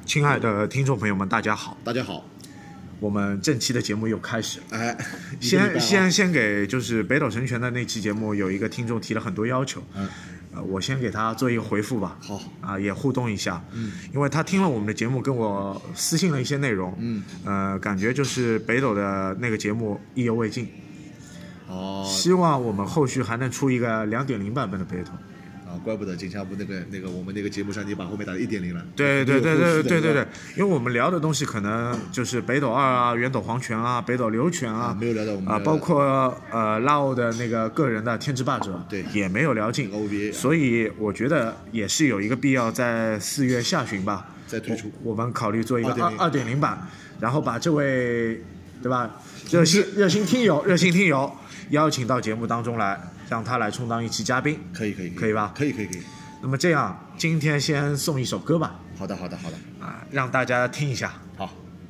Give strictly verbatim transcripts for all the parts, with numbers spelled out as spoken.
亲爱的听众朋友们，大家好！ 大家好， 我们正期的节目又开始。 哎， 先先先给就是北斗神拳的那期节目，有一个听众提了很多要求， 嗯， 呃，我先给他做一个回复吧。 好啊，也互动一下， 嗯， 因为他听了我们的节目，跟我私信了一些内容， 嗯， 呃，感觉就是北斗的那个节目意犹未尽， 哦， 希望我们后续还能出一个两点零版本的北斗。 啊，怪不得金枪部那个那个我们那个节目上你把后面打到一点零了。 对对对对对对对，因为我们聊的东西可能就是北斗二啊、元斗黄拳啊、北斗流拳啊， 啊没有聊到我们啊，包括呃拉欧的那个个人的天之霸者， 对， 也没有聊尽 O V A， 所以我觉得也是有一个必要在四月下旬吧， 再推出， 我们考虑做一个二二点零版，然后把这位对吧热心热心听友热心听友邀请到节目当中来。让他来充当一期嘉宾， 可以可以可以吧？ 可以可以可以。 那么这样，今天先送一首歌吧。 好的好的好的啊，让大家听一下。 好。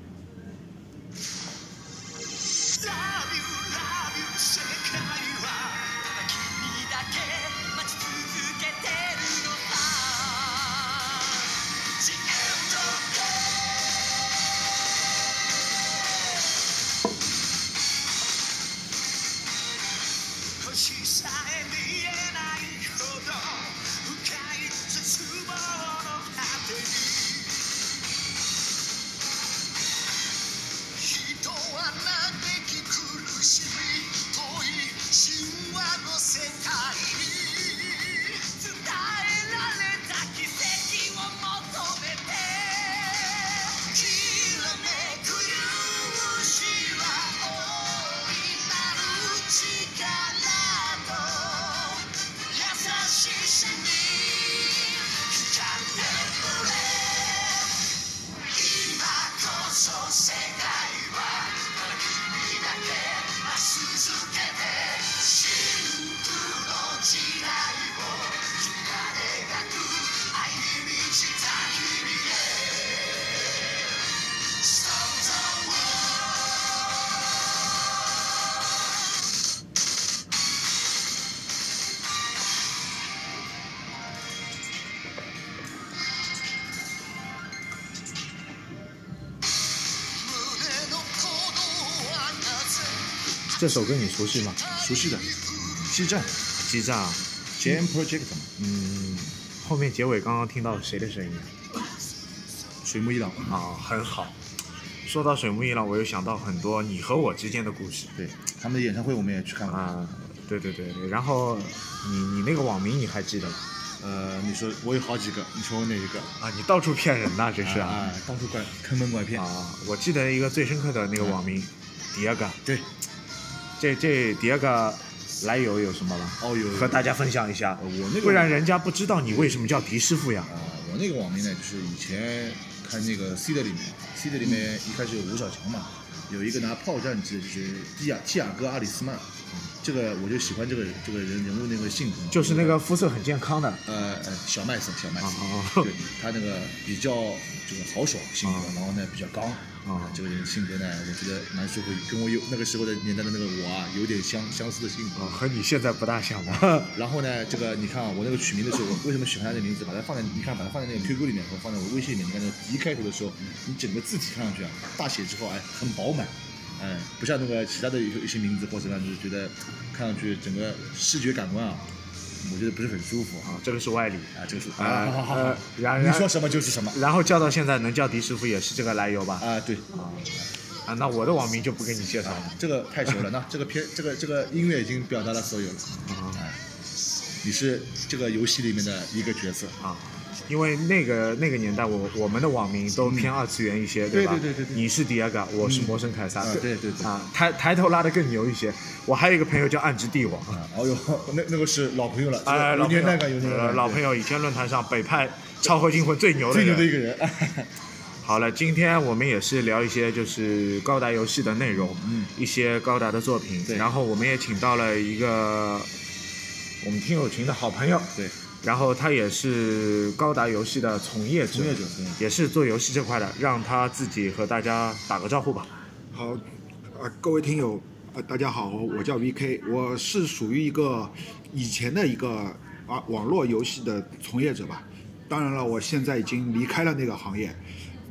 这首歌你熟悉吗？ 熟悉的，激战， 激战啊 ，Jam Project 嘛。 嗯，后面结尾刚刚听到谁的声音？ 水木一郎啊，很好。说到水木一郎，我又想到很多你和我之间的故事。 对，他们的演唱会我们也去看过啊。对对对对，然后你你那个网名你还记得吗？ 呃，你说我有好几个，你说我哪一个？ 啊，你到处骗人呐，这是啊，啊到处拐坑蒙拐骗啊！我记得一个最深刻的那个网名， 嗯、 迪亚嘎。 对。 这这第二个来由有什么吗？ 哦，有和大家分享一下。 呃、我那个不然人家不知道你为什么叫狄师傅呀。 啊、呃，我那个网名呢，就是以前看那个 C 的里面 ，C 的里面一开始有吴小强嘛，有一个拿炮战机就是蒂亚蒂亚戈阿里斯曼，嗯、这个我就喜欢这个这个人人物那个性格， 就是那个肤色很健康的， 呃呃小麦色小麦色， 啊、 对，他那个比较这个豪爽性格，啊、然后呢比较刚。啊，这个人性格呢，我觉得蛮适合，跟我有那个时候的年代的那个我啊，有点相相似的性格。 啊，和你现在不大像吧？ 然后呢，这个你看啊，我那个取名的时候，我为什么喜欢他的名字？把它放在，你看，把它放在那个 Q Q 里面，或者放在我微信里面，你看那个 D 开头的时候，你整个字体看上去啊，大写之后哎，很饱满，哎，不像那个其他的一些名字或者什么，就是觉得看上去整个视觉感官啊。我觉得不是很舒服啊，这个是外力啊，这个是啊，好好好， 然你说什么就是什么。 然后叫到现在能叫狄师傅也是这个来由吧？ 啊，对啊，啊，那我的网名就不给你介绍了， 啊、这个太熟了。那这个片，这个这个音乐已经表达了所有了啊。哎，你是这个游戏里面的一个角色啊。因为那个那个年代我，我我们的网名都偏二次元一些， 嗯、 对吧？ 对对对对对。 你是迪亚嘎，我是魔神凯撒， 嗯、对对对。 啊，抬抬头拉得更牛一些。我还有一个朋友叫暗之帝王。 啊，哦呦，那那个是老朋友了， 哎， 有年代感，有年代感。 老朋友，以前论坛上北派超合金魂最牛的最牛的一个人。 好了，今天我们也是聊一些就是高达游戏的内容， 嗯， 一些高达的作品。 对。 然后我们也请到了一个我们听友群的好朋友。 对。 然后他也是高达游戏的从业者， 从业者也是做游戏这块的，让他自己和大家打个招呼吧。 好，呃，各位听友，呃，大家好，我叫 V K， 我是属于一个以前的一个啊网络游戏的从业者吧。当然了，我现在已经离开了那个行业，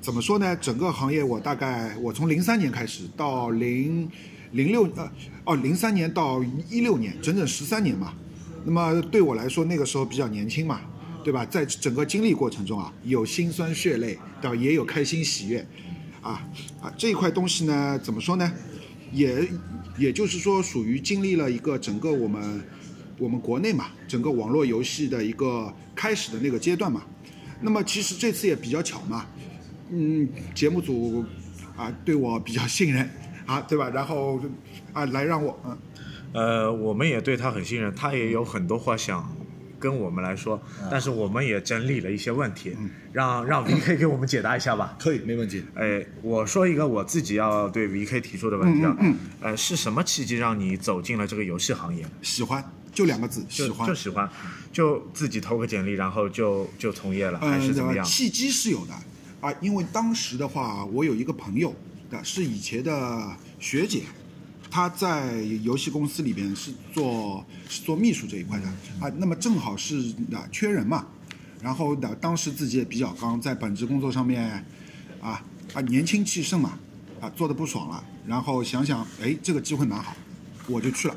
怎么说呢？整个行业我大概我从零三年开始到零零六呃哦零三年到一六年，整整十三年嘛。那么对我来说，那个时候比较年轻嘛，对吧？在整个经历过程中啊，有辛酸血泪，对吧？也有开心喜悦，啊啊这一块东西呢，怎么说呢？也也就是说，属于经历了一个整个我们我们国内嘛，整个网络游戏的一个开始的那个阶段嘛。那么其实这次也比较巧嘛。嗯，节目组啊对我比较信任啊，对吧？然后啊来让我嗯， 呃，我们也对他很信任，他也有很多话想跟我们来说， 嗯、 但是我们也整理了一些问题，嗯、让让 V K 给我们解答一下吧。 可以，没问题。 哎，我说一个我自己要对 V K 提出的问题啊， 嗯嗯嗯呃，是什么契机让你走进了这个游戏行业？ 喜欢，就两个字，喜欢， 就喜欢，就自己投个简历，然后就就从业了，还是怎么样？ 呃、契机是有的。啊，因为当时的话，我有一个朋友，是以前的学姐，她在游戏公司里边是做是做秘书这一块的啊。那么正好是啊缺人嘛，然后呢，当时自己也比较刚，在本职工作上面，啊啊年轻气盛嘛，啊做的不爽了，然后想想，哎，这个机会蛮好，我就去了。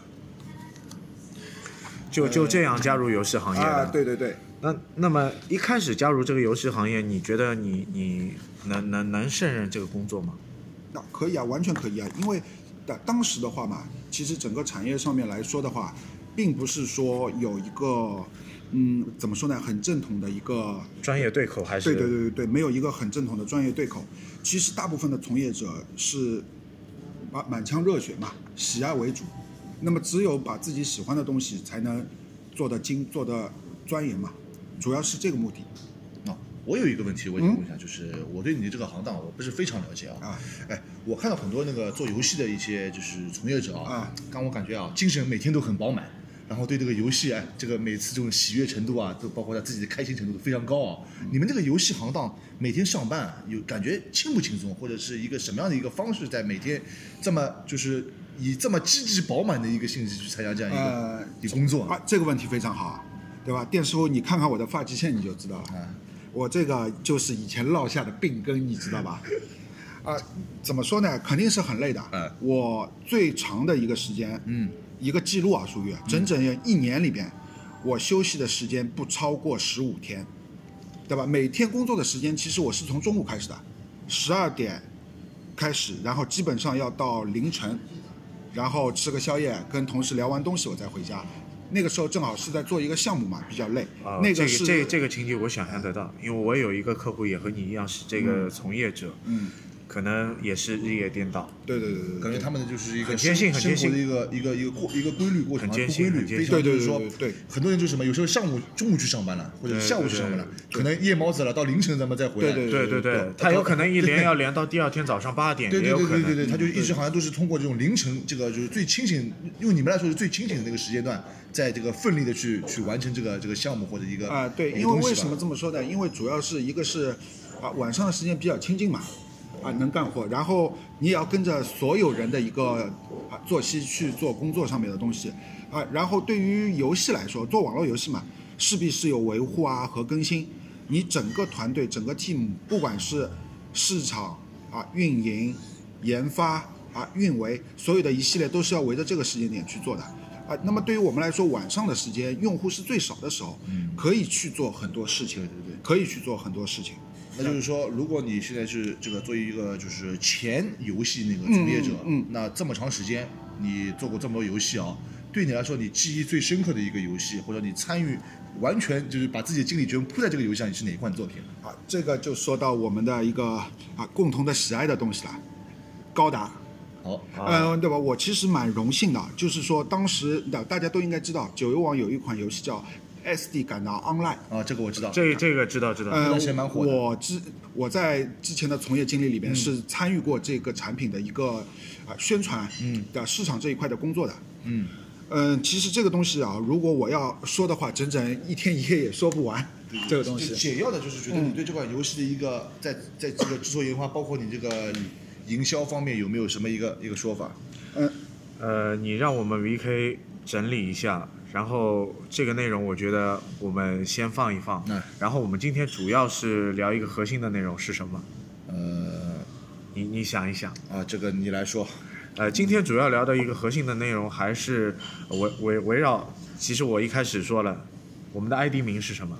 就就这样加入游戏行业的、 啊，对对对。 那那么一开始加入这个游戏行业，你觉得你你能能能胜任这个工作吗？ 那可以啊，完全可以啊，因为当时的话嘛，其实整个产业上面来说的话，并不是说有一个嗯怎么说呢，很正统的一个专业对口，还是对对对对对，没有一个很正统的专业对口。其实大部分的从业者是把满腔热血嘛，喜爱为主。那么只有把自己喜欢的东西才能做得精、做得钻研嘛，主要是这个目的。 哦，我有一个问题，我想问一下，嗯、就是我对你的这个行当我不是非常了解啊。 啊， 哎，我看到很多那个做游戏的一些就是从业者啊， 啊， 让我感觉啊，精神每天都很饱满，然后对这个游戏哎，这个每次这种喜悦程度啊，都包括他自己的开心程度都非常高啊。嗯、你们这个游戏行当每天上班、啊、有感觉轻不轻松，或者是一个什么样的一个方式，在每天这么就是以这么积极饱满的一个性质去参加这样一个、呃、一个工作啊？这个问题非常好，对吧？店师傅，你看看我的发际线你就知道了。啊、我这个就是以前落下的病根，你知道吧？啊，怎么说呢？肯定是很累的。 嗯、 我最长的一个时间， 嗯， 一个记录啊，属于整整一年里边，我休息的时间不超过十五天，对吧？每天工作的时间，其实我是从中午开始的，十二点开始，然后基本上要到凌晨。然后吃个宵夜，跟同事聊完东西，我再回家。那个时候正好是在做一个项目嘛，比较累。 啊、 那个是这个这这个情景我想象得到，因为我有一个客户也和你一样是这个从业者， 嗯， 可能也是日夜颠倒。 对对对对， 感觉他们的就是一个很艰辛，很艰辛的一个一个一个过一个规律过程， 很艰辛， 不规律，非常对对就是说， 对， 很多人就是什么，有时候上午中午去上班了，或者下午去上班了，可能夜猫子了，到凌晨咱们再回来。 对对对对，他有可能一连要连到第二天早上八点， 对对对对对对， 他就一直好像都是通过这种凌晨这个就是最清醒，用你们来说是最清醒的那个时间段，在这个奋力的去去完成这个这个项目或者一个啊对，因为为什么这么说呢？因为主要是一个是啊晚上的时间比较清静嘛。啊，能干活，然后你也要跟着所有人的一个啊作息去做工作上面的东西，啊，然后对于游戏来说，做网络游戏嘛，势必是有维护啊和更新，你整个团队、整个 team， 不管是市场啊、运营、研发啊、运维，所有的一系列都是要围着这个时间点去做的。啊，那么对于我们来说，晚上的时间用户是最少的时候， 嗯， 可以去做很多事情， 对对对， 可以去做很多事情。 那就是说，如果你现在是这个作为一个就是前游戏那个从业者， 嗯，嗯那这么长时间你做过这么多游戏啊，对你来说，你记忆最深刻的一个游戏，或者你参与完全就是把自己的精力全部扑在这个游戏上，你是哪一款作品？ 啊，这个就说到我们的一个啊共同的喜爱的东西了，高达。 好， 嗯、呃，对吧？我其实蛮荣幸的，就是说当时的大家都应该知道，九游网有一款游戏叫 S D 感达 Online 啊，这个我知道， 这这个知道知道， 呃， 蛮火的。 我之我在之前的从业经历里边是参与过这个产品的一个啊、呃、宣传的市场这一块的工作的。 嗯， 嗯、呃，其实这个东西啊，如果我要说的话，整整一天一夜也说不完。这个东西简要的就是觉得你对这款游戏的一个、嗯、在在这个制作研发，包括你这个营销方面有没有什么一个一个说法？ 嗯， 呃，你让我们 V K 整理一下。然后这个内容我觉得我们先放一放， 嗯、 然后我们今天主要是聊一个核心的内容是什么？ 呃， 呃， 你你想一想啊，这个你来说。 呃，今天主要聊的一个核心的内容还是围围围绕，其实我一开始说了，我们的 I D 名是什么？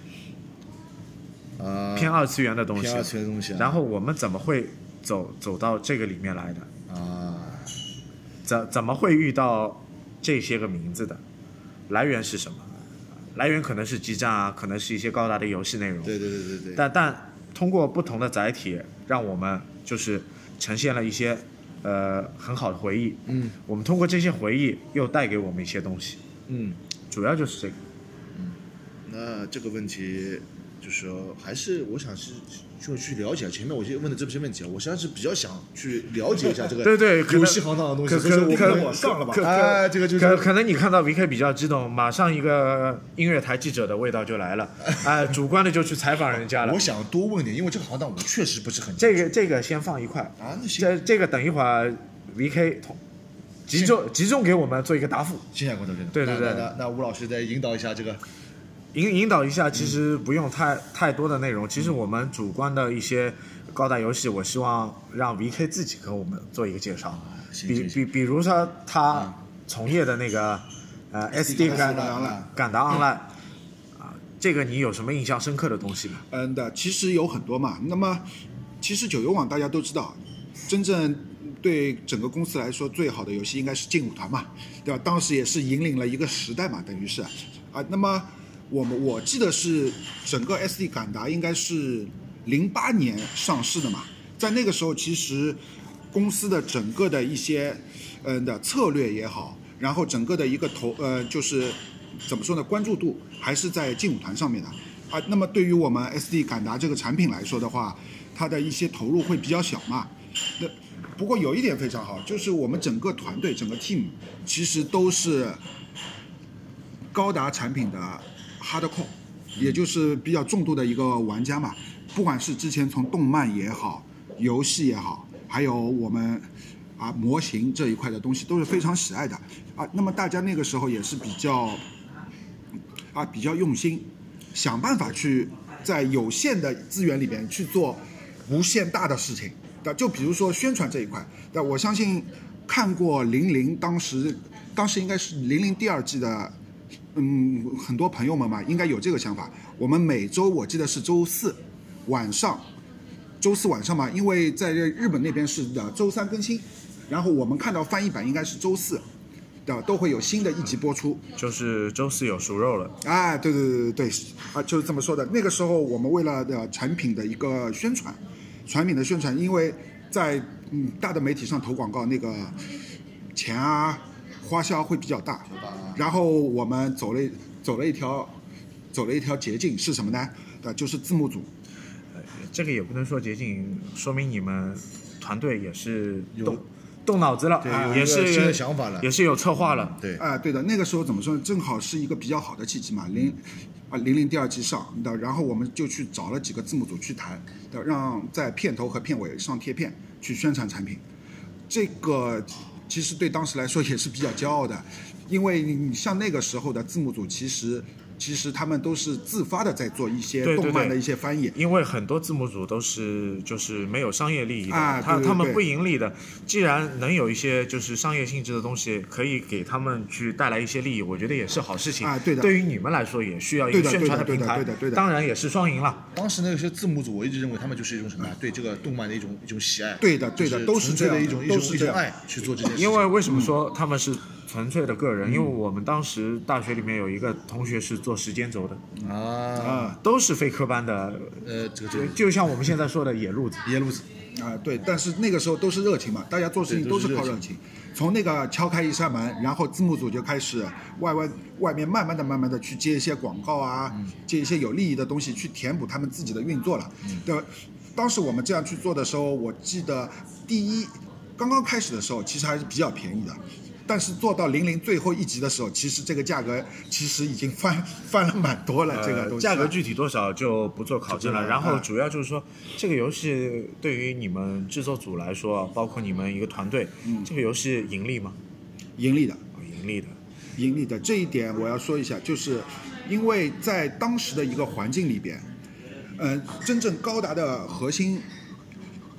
呃， 偏二次元的东西。 偏二次元的东西、啊。 然后我们怎么会走走到这个里面来的？ 啊， 怎怎么会遇到这些个名字的？来源是什么？来源可能是基站啊，可能是一些高达的游戏内容。 对对对对对。 但但通过不同的载体，让我们就是呈现了一些。呃，很好的回忆。 嗯， 我们通过这些回忆又带给我们一些东西。 嗯， 主要就是这个。 嗯，那这个问题就是说，还是我想是就去了解前面我问的这些问题啊，我实际上是比较想去了解一下这个对对游戏行当的东西。 可可可可我上了吧？ 可哎，这个就是可可能你看到 V K 比较激动，马上一个音乐台记者的味道就来了，哎，主观的就去采访人家了。 我想多问点，因为这个行当我确实不是很这个这个先放一块啊，那行， 这这个等一会儿 V K 同集中集中给我们做一个答复。 线下观众对对对， 那那那吴老师再引导一下这个。 引引导一下，其实不用太、嗯、太多的内容。其实我们主观的一些高达游戏，我希望让 V K 自己跟我们做一个介绍。比比比如说他从业的那个、嗯、呃 S D 感达感达 Online 啊，这个你有什么印象深刻的东西吗？ 嗯的，其实有很多嘛。那么其实九游网大家都知道，真正对整个公司来说最好的游戏应该是劲舞团嘛，对吧？当时也是引领了一个时代嘛，等于是啊。那么我们我记得是整个 S D 感达应该是零八年上市的嘛，在那个时候其实公司的整个的一些嗯、呃、的策略也好，然后整个的一个投呃就是怎么说呢，关注度还是在劲舞团上面的啊。那么对于我们 S D 感达这个产品来说的话，它的一些投入会比较小嘛。那不过有一点非常好，就是我们整个团队整个 team 其实都是高达产品的hardcore， 也就是比较重度的一个玩家嘛，不管是之前从动漫也好，游戏也好，还有我们啊模型这一块的东西都是非常喜爱的啊。那么大家那个时候也是比较啊比较用心，想办法去在有限的资源里边去做无限大的事情。就比如说宣传这一块，但我相信看过零零当时当时应该是零零第二季的。嗯，很多朋友们嘛，应该有这个想法。我们每周我记得是周四晚上，周四晚上嘛，因为在日本那边是的周三更新，然后我们看到翻译版应该是周四的都会有新的一集播出， 就是周四有熟肉了。 哎，对对对对对，啊，就是这么说的。那个时候我们为了的产品的一个宣传，产品的宣传，因为在嗯大的媒体上投广告，那个钱啊花销会比较大。然后我们走了走了一条走了一条捷径是什么呢？呃，就是字幕组。 呃，这个也不能说捷径，说明你们团队也是动动脑子了， 对， 也是新的想法了， 也是有策划了。 对， 啊、呃，对的，那个时候怎么说呢？正好是一个比较好的契机嘛，零啊零零第二季上的，然后我们就去找了几个字幕组去谈的，让在片头和片尾上贴片去宣传产品。这个其实对当时来说也是比较骄傲的。因为你像那个时候的字幕组，其实其实他们都是自发的在做一些动漫的一些翻译。 对对对，因为很多字幕组都是就是没有商业利益的， 啊、 他对对对他们不盈利的。既然能有一些就是商业性质的东西，可以给他们去带来一些利益，我觉得也是好事情。 啊，对的。 对于你们来说，也需要一个宣传的平台， 对的，对的，对的，对的。 当然也是双赢了。 当时那些字幕组，我一直认为他们就是一种什么对这个动漫的一种一种喜爱。 对的，对的，都是这样的一种一种一种爱去做这件事情。 因为为什么说他们是纯粹的个人？ 嗯、 因为我们当时大学里面有一个同学是做时间轴的啊， 都是非科班的， 呃，这个就就像我们现在说的野路子， 野路子啊，对。但是那个时候都是热情嘛，大家做事情都是靠热情。从那个敲开一扇门，然后字幕组就开始外外外面慢慢的、慢慢的去接一些广告啊，嗯、接一些有利益的东西，去填补他们自己的运作了。嗯、对吧？当时我们这样去做的时候，我记得第一刚刚开始的时候，其实还是比较便宜的。但是做到零零最后一集的时候，其实这个价格其实已经翻翻了蛮多了。 呃、 这个东西价格具体多少就不做考证了。然后主要就是说， 嗯、 这个游戏对于你们制作组来说，包括你们一个团队， 嗯、 这个游戏盈利吗？ 盈利的， 哦、盈利的， 盈利的。这一点我要说一下，就是因为在当时的一个环境里边，呃，真正高达的核心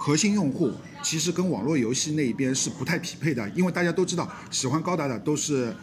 核心用户其实跟网络游戏那一边是不太匹配的，因为大家都知道喜欢高达的都是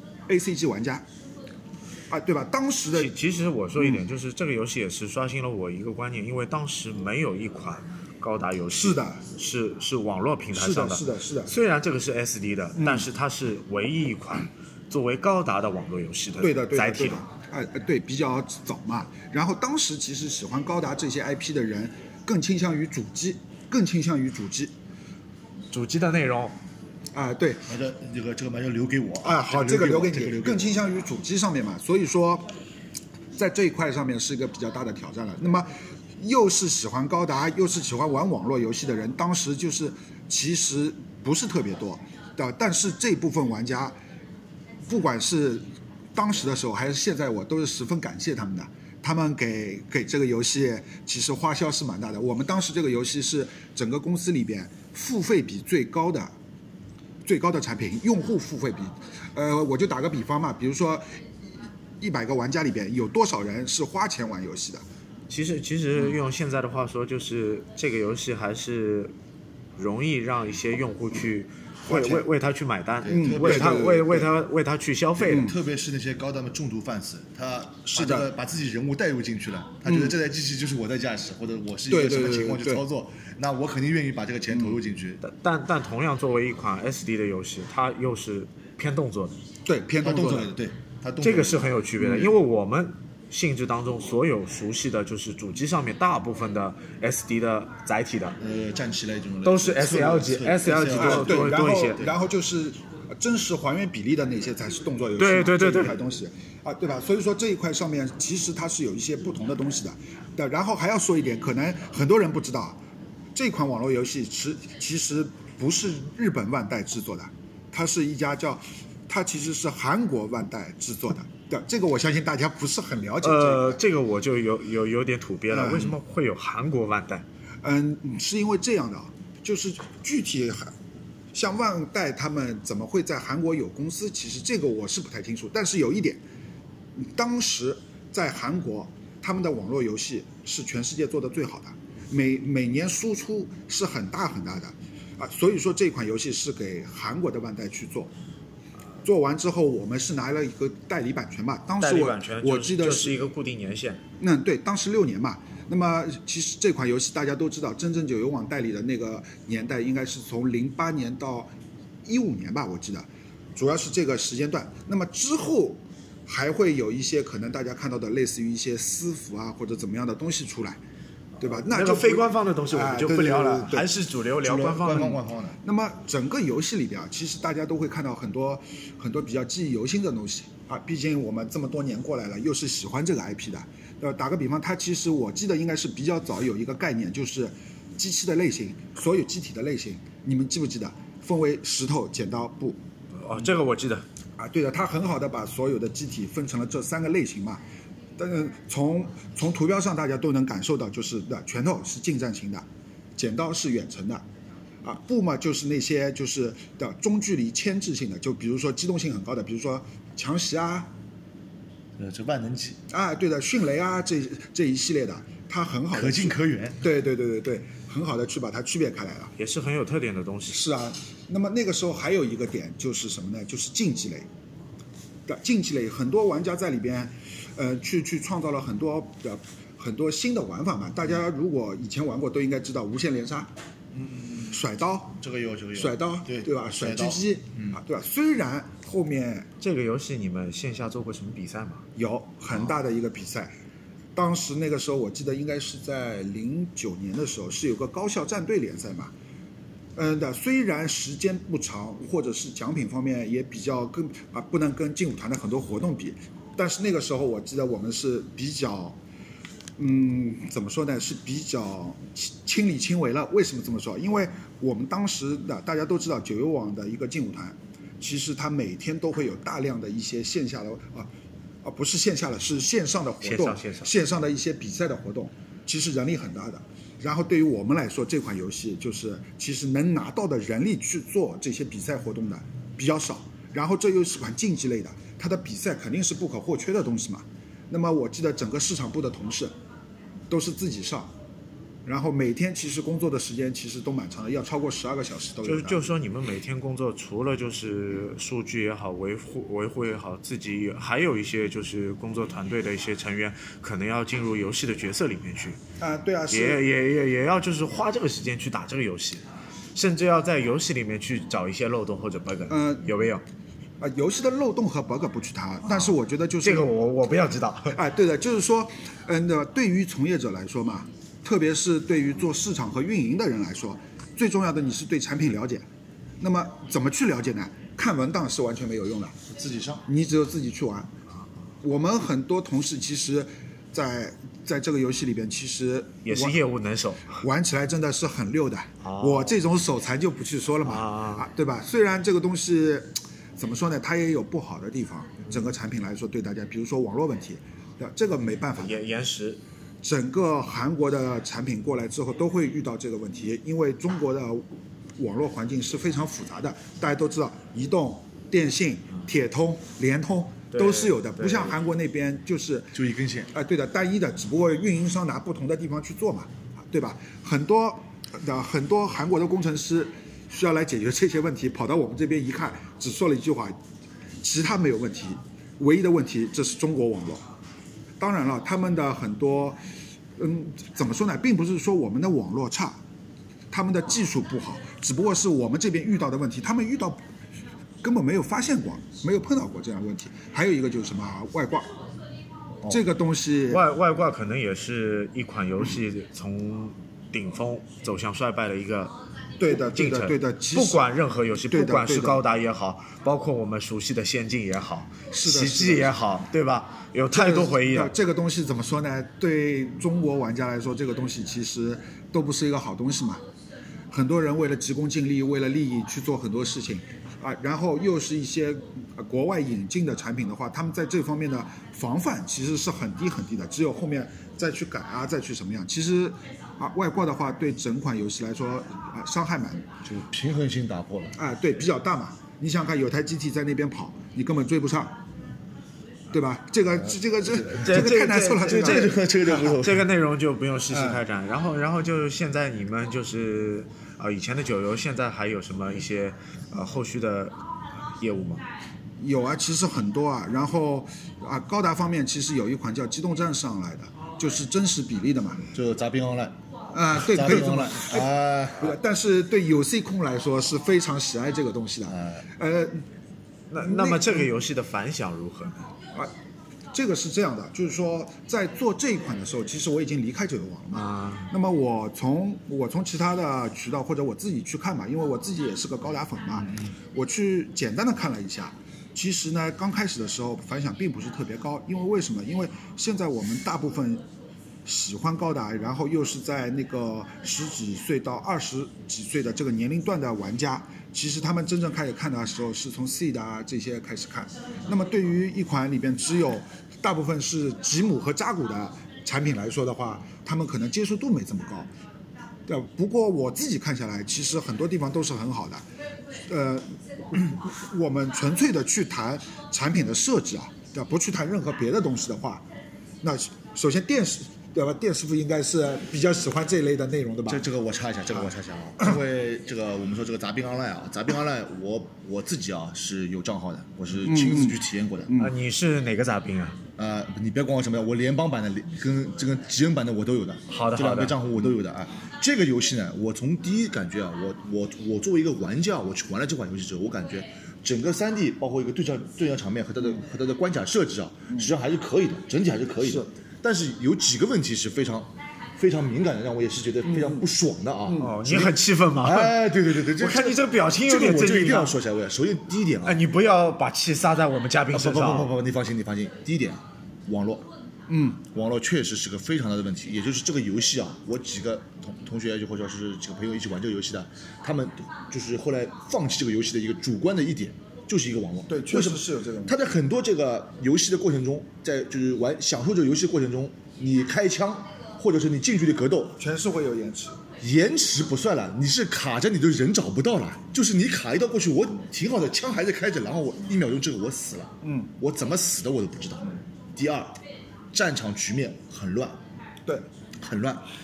A C G 玩家啊，对吧？当时的其其实我说一点，就是这个游戏也是刷新了我一个观念，因为当时没有一款高达游戏是的， 是是网络平台是上的是的是的， 虽然这个是 S D 的，但是它是唯一一款作为高达的网络游戏的对的对载体的对的，哎、呃、对，比较早嘛。然后当时其实喜欢高达这些 I P 的人，更倾向于主机，更倾向于主机主机的内容。 啊、对， 好的，这个这个嘛就留给我啊，好，这个留给你， 这个留给我更倾向于主机上面嘛，所以说在这一块上面是一个比较大的挑战了。那么又是喜欢高达，又是喜欢玩网络游戏的人，当时就是其实不是特别多的，但是这部分玩家，不管是当时的时候还是现在，我都是十分感谢他们的。他们给给这个游戏其实花销是蛮大的。我们当时这个游戏是整个公司里边付费比最高的。最高的产品，用户付费比，呃，我就打个比方嘛，比如说一百个玩家里边有多少人是花钱玩游戏的？ 其实其实用现在的话说，就是这个游戏还是容易让一些用户去为为为他去买单， 嗯为他对对对为为他为他去消费的。 特别是那些高达的重度 fans，他是的把这个把自己人物带入进去了，他觉得这台机器就是我在驾驶，或者我是一个对对对什么情况去对操作，那我肯定愿意把这个钱投入进去。 但但但同样作为一款 S D 的游戏，它又是偏动作的， 对，偏他动作的动作类的，对，他动作类的这个是很有区别的，因为我们性质当中所有熟悉的就是主机上面大部分的 S D 的载体的， 呃战棋类这种类都是 S L 级策 S L 级策多啊，对，然后多一些然后就是真实还原比例的那些才是动作游戏嘛， 对对对对这一块东西啊，对吧？所以说这一块上面其实它是有一些不同的东西的。对，然后还要说一点，可能很多人不知道，这款网络游戏其其实不是日本万代制作的，它是一家叫，它其实是韩国万代制作的。对，这个我相信大家不是很了解这个。 呃，这个我就有有有点土鳖了， 嗯为什么会有韩国万代？ 嗯，是因为这样的，就是具体像万代他们怎么会在韩国有公司，其实这个我是不太清楚。但是有一点，当时在韩国他们的网络游戏是全世界做的最好的，每每年输出是很大很大的啊，所以说这款游戏是给韩国的万代去做。做完之后，我们是拿了一个代理版权嘛，当代时我理版权我记得就是一个固定年限。 嗯，对，当时六年嘛。那么其实这款游戏大家都知道，真正九游网代理的那个年代应该是从零八年到一五年吧，我记得，主要是这个时间段。那么之后还会有一些可能大家看到的类似于一些私服啊或者怎么样的东西出来，对吧？就不那个非官方的东西我们就不聊了， 哎对对对对还是主流聊官方的。 官方官方的。 那么整个游戏里边啊，其实大家都会看到很多很多比较记忆犹新的东西啊。毕竟我们这么多年过来了，又是喜欢这个 I P 的。呃，打个比方，它其实我记得应该是比较早有一个概念，就是机器的类型，所有机体的类型，你们记不记得？分为石头、剪刀、布。 哦，这个我记得。 啊，对的，它很好的把所有的机体分成了这三个类型嘛。但是从从图标上大家都能感受到，就是的拳头是近战型的，剪刀是远程的，啊，步嘛就是那些就是的中距离牵制性的，就比如说机动性很高的，比如说强袭啊， 呃，这万能机， 啊，对的，迅雷啊这这一系列的，它很好的可近可远。 对对对对对，很好的去把它区别开来了。 也是很有特点的东西。 是啊，那么那个时候还有一个点就是什么呢？就是竞技类的竞技类，很多玩家在里边，呃，去去创造了很多的很多新的玩法嘛。大家如果以前玩过，都应该知道无限连杀，嗯，甩刀， 这个有，这个有。 甩刀， 对对吧？甩甩刀狙击，啊，对吧？虽然后面这个游戏你们线下做过什么比赛吗？ 有很大的一个比赛。当时那个时候，我记得应该是在零九年的时候，是有个高校战队联赛嘛。嗯的，虽然时间不长，或者是奖品方面也比较跟啊不能跟劲舞团的很多活动比，但是那个时候我记得我们是比较，嗯，怎么说呢？是比较亲力亲为了。为什么这么说？因为我们当时的大家都知道九游网的一个劲舞团，其实它每天都会有大量的一些线下的啊。啊，不是线下的，是线上的活动， 线上线上线上的一些比赛的活动，其实人力很大的。然后对于我们来说，这款游戏就是其实能拿到的人力去做这些比赛活动的比较少。然后这又是款竞技类的，它的比赛肯定是不可或缺的东西嘛。那么我记得整个市场部的同事都是自己上， 然后每天其实工作的时间其实都蛮长的，要超过十二个小时都有。 就是就是说，你们每天工作除了就是数据也好，维护维护也好，自己还有一些就是工作团队的一些成员，可能要进入游戏的角色里面去。 啊，对啊，是也也也也要就是花这个时间去打这个游戏，甚至要在游戏里面去找一些漏洞或者 bug。 嗯， 有没有？ 啊，游戏的漏洞和 bug 不去谈，但是我觉得就是这个我我不要知道。 哎，对的，就是说，嗯，那对于从业者来说嘛，特别是对于做市场和运营的人来说，最重要的你是对产品了解。那么怎么去了解呢？看文档是完全没有用的， 自己上， 你只有自己去玩。我们很多同事其实在，在这个游戏里边，其实也是业务能手， 玩起来真的是很溜的。 哦、 我这种手残就不去说了嘛， 啊啊，对吧？虽然这个东西怎么说呢，它也有不好的地方，整个产品来说对大家，比如说网络问题，对吧？这个没办法， 延延时。 整个韩国的产品过来之后都会遇到这个问题，因为中国的网络环境是非常复杂的，大家都知道，移动、电信、铁通、联通都是有的，不像韩国那边就是就一根线。 啊、呃，对的，单一的，只不过运营商拿不同的地方去做嘛，对吧？很多的很多韩国的工程师需要来解决这些问题，跑到我们这边一看，只说了一句话，其他没有问题，唯一的问题这是中国网络。当然了，他们的很多，嗯，怎么说呢，并不是说我们的网络差，他们的技术不好，只不过是我们这边遇到的问题，他们遇到根本没有发现过，没有碰到过这样的问题。还有一个就是什么外挂，哦、这个东西外外挂可能也是一款游戏从顶峰走向衰败的一个。 对的， 进程对的， 不管任何游戏，不管是高达也好，包括我们熟悉的仙境也好，奇迹也好，对吧？有太多回忆了。 这个东西怎么说呢？对中国玩家来说，这个东西其实都不是一个好东西嘛。很多人为了急功近利，为了利益去做很多事情，啊，然后又是一些国外引进的产品的话，他们在这方面的防范其实是很低很低的，只有后面再去改啊，再去什么样。其实啊，外挂的话对整款游戏来说啊伤害蛮， 就平衡性打破了。 啊，对，比较大嘛。你想想看，有台机体在那边跑，你根本追不上。对吧？这个这个这这个太难受了， 这个这个这个这个内容就不用细细开展。然后然后就现在你们就是呃以前的九游，现在还有什么一些呃后续的业务吗？ 有啊，其实很多啊。然后啊，高达方面其实有一款叫《机动战士》上来的，就是真实比例的嘛， 就杂兵 online。 啊，对，可以这么啊。 但是对有 C 控来说是非常喜爱这个东西的。呃， 那那么这个游戏的反响如何呢？ 啊，这个是这样的，就是说在做这一款的时候，其实我已经离开九游网了嘛。 啊。 那么我从我从其他的渠道或者我自己去看嘛，因为我自己也是个高达粉嘛， 嗯、 我去简单的看了一下。其实呢，刚开始的时候反响并不是特别高，因为为什么？因为现在我们大部分喜欢高达，然后又是在那个十几岁到二十几岁的这个年龄段的玩家，其实他们真正开始看的时候是从 C 的啊这些开始看。那么对于一款里边只有大部分是吉姆和扎古的产品来说的话，他们可能接受度没这么高。对，不过我自己看下来，其实很多地方都是很好的。呃，我们纯粹的去谈产品的设计啊，对吧？不去谈任何别的东西的话，那首先电视。对吧？电师傅应该是比较喜欢这一类的内容的吧？ 这这个我插一下，这个我插一下啊，因为这个我们说这个杂兵 online 啊，杂兵 online 我我自己啊是有账号的，我是亲自去体验过的。 啊，你是哪个杂兵啊？ 呃，你别管我什么呀，我联邦版的跟这个极人版的我都有的。 好的， 这两个账户我都有的啊。这个游戏呢，我从第一感觉啊，我我我作为一个玩家，我去玩了这款游戏之后，我感觉整个 三 D 包括一个对战对战场面和它的和它的关卡设置啊，实际上还是可以的，整体还是可以的。但是有几个问题是非常非常敏感的，让我也是觉得非常不爽的啊！ 嗯、哦，你很气愤吗？ 哎，对对对对， 我看你这个表情有点这个我就一定要说下位。首先第一点啊， 哎，你不要把气撒在我们嘉宾身上。 不不不不，你放心你放心。第一点，网络， 嗯， 网络确实是个非常大的问题。也就是这个游戏啊，我几个同同学就或者是几个朋友一起玩这个游戏的，他们就是后来放弃这个游戏的一个主观的一点。就是一个网络， 对，确实是有这个。 他在很多这个游戏的过程中，在就是玩享受这个游戏的过程中，你开枪或者是你近距离格斗， 全是会有延迟。 延迟不算了，你是卡着你的人找不到了，就是你卡一刀过去，我挺好的，枪还在开着，然后我一秒钟之后我死了， 嗯， 我怎么死的我都不知道。第二，战场局面很乱， 对， 很乱。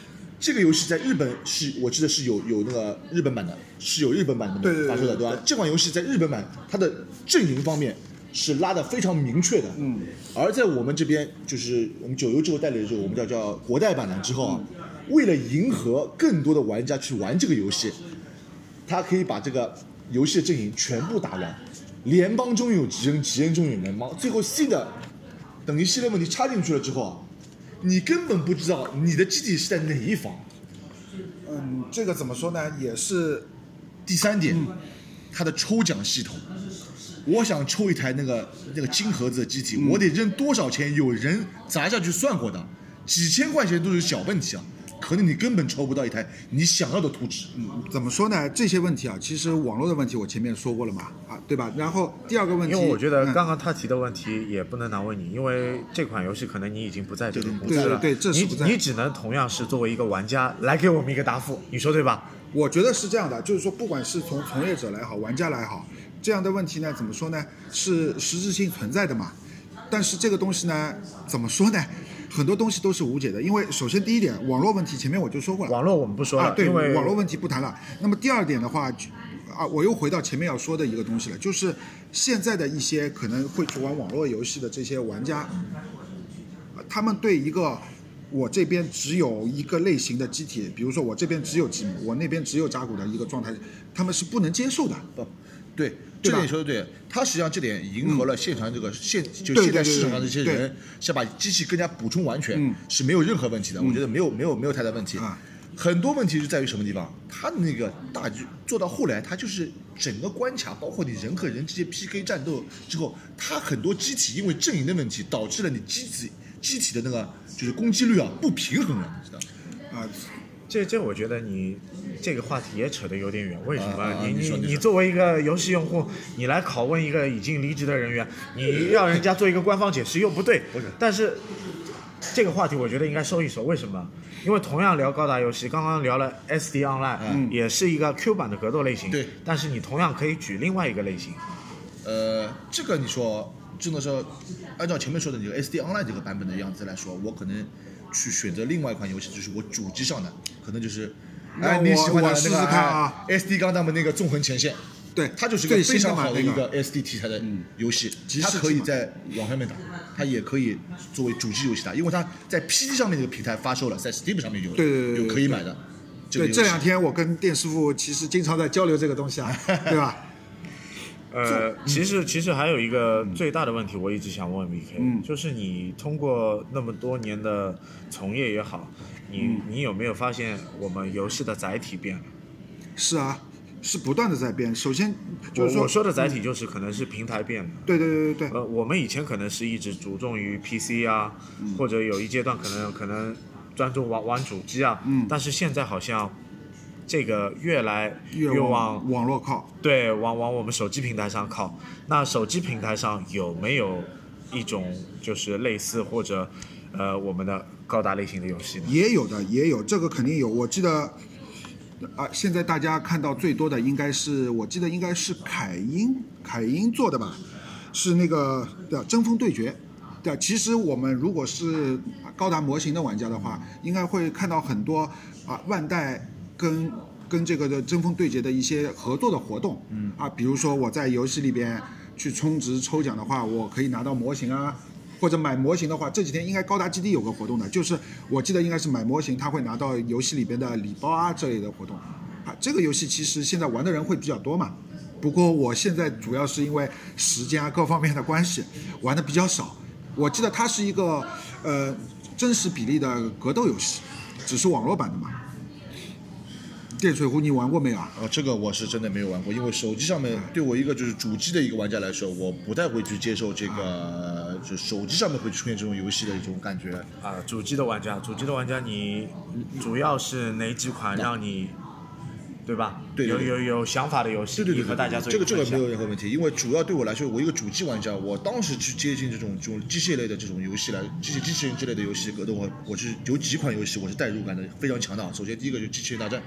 这个游戏在日本是我记得是有有那个日本版的，是有日本版的对对对发售的，对吧？这款游戏在日本版它的阵营方面是拉得非常明确的， 嗯， 而在我们这边就是我们九游之后代理的时候，我们叫叫国代版了之后啊，为了迎合更多的玩家去玩这个游戏，它可以把这个游戏的阵营全部打完，联邦中有敌人，敌人中有联邦，最后新的等于系列问题插进去了之后啊，你根本不知道你的基地是在哪一方。 嗯，这个怎么说呢？也是第三点，它的抽奖系统，我想抽一台那个那个金盒子的机体， 嗯我得扔多少钱？有人砸下去算过的，几千块钱都是小问题啊，可能你根本抽不到一台你想要的图纸。 嗯，怎么说呢？这些问题啊，其实网络的问题我前面说过了嘛，啊，对吧？然后第二个问题， 因为我觉得嗯刚刚他提的问题也不能难为你，因为这款游戏可能你已经不在这个公司了， 对对对这是不在你你只能同样是作为一个玩家来给我们一个答复，你说对吧？ 我觉得是这样的，就是说，不管是从从业者来好，玩家来好，这样的问题呢，怎么说呢？是实质性存在的嘛。但是这个东西呢，怎么说呢？很多东西都是无解的，因为首先第一点，网络问题前面我就说过了， 网络我们不说了， 啊，对， 因为网络问题不谈了。那么第二点的话，啊，我又回到前面要说的一个东西了，就是现在的一些可能会去玩网络游戏的这些玩家，他们对一个我这边只有一个类型的机体，比如说我这边只有吉姆，我那边只有扎古的一个状态，他们是不能接受的。 不，对，这点说的对，它实际上这点迎合了现场这个现、嗯、就对现在市场上这些对对人想把机器更加补充完全、 嗯、 是没有任何问题的， 嗯、 我觉得没有没有没有太大问题。 啊， 很多问题是在于什么地方？它的那个大局做到后来，它就是整个关卡，包括你人和人之间 P K 战斗之后，它很多机体因为阵营的问题，导致了你机体机体的那个就是攻击率啊不平衡了，你知道吗？ 啊， 这这我觉得你这个话题也扯得有点远，为什么？ 啊啊你你说你说你作为一个游戏用户，你来拷问一个已经离职的人员，你要人家做一个官方解释又不对， 不是？ 但是这个话题我觉得应该收一收，为什么？因为同样聊高达游戏，刚刚聊了 S D Online，、 嗯、 也是一个 Q 版的格斗类型， 对。 但是你同样可以举另外一个类型， 呃，这个你说真的是按照前面说的这个 S D Online 这个版本的样子来说，我可能去选择另外一款游戏，就是我主机上的，可能就是哎你喜欢的那个、啊、S D 钢弹的那个纵横前线， 对， 它就是一个非常好的一个 S D 题材的游戏， 嗯、 它可以在网上面打，它也可以作为主机游戏打，因为它在 P C 上面这个平台发售了，在 Steam 上面有对对对有可以买的。 对，这两天我跟店师傅其实经常在交流这个东西啊，对吧？ 呃，其实其实还有一个最大的问题，我一直想问 V K，、 嗯、 就是你通过那么多年的从业也好，你、 嗯、 你有没有发现我们游戏的载体变了？ 是啊，是不断的在变。首先就是说， 我说的载体就是可能是平台变了。 对对对对对。 呃，我们以前可能是一直注重于 P C 啊， 嗯、 或者有一阶段可能可能专注玩玩主机啊， 嗯， 但是现在好像。这个越来越往网络靠， 对，往往我们手机平台上靠。那手机平台上有没有一种就是类似或者呃我们的高达类型的游戏呢？ 也有的，也有，这个肯定有。我记得啊，现在大家看到最多的应该是，我记得应该是凯英，凯英做的吧，是那个对争锋对决。对，其实我们如果是高达模型的玩家的话，应该会看到很多啊万代。跟跟这个的争锋对决的一些合作的活动， 嗯啊，比如说我在游戏里边去充值抽奖的话，我可以拿到模型啊，或者买模型的话，这几天应该高达基地有个活动的，就是我记得应该是买模型，他会拿到游戏里边的礼包啊这类的活动，啊，这个游戏其实现在玩的人会比较多嘛，不过我现在主要是因为时间啊各方面的关系玩的比较少，我记得它是一个呃真实比例的格斗游戏，只是网络版的嘛。电水壶你玩过没有啊？ 哦，这个我是真的没有玩过，因为手机上面对我一个就是主机的一个玩家来说，我不太会去接受这个，就手机上面会出现这种游戏的这种感觉。 啊，主机的玩家，主机的玩家，你主要是哪几款让你，对吧？ 对， 有有有想法的游戏， 对对对， 和大家做这个这个没有任何问题，因为主要对我来说，我一个主机玩家，我当时去接近这种这种机械类的这种游戏来，机器机器人之类的游戏格斗，我我是有几款游戏我是代入感的非常强的。首先第一个就是机器人大战。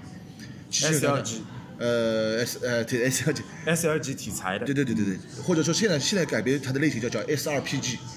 S L G， 呃 S 呃对 S L G， S L G 题材的， 对对对对对，或者说现在现在改编它的类型叫叫 S R P G，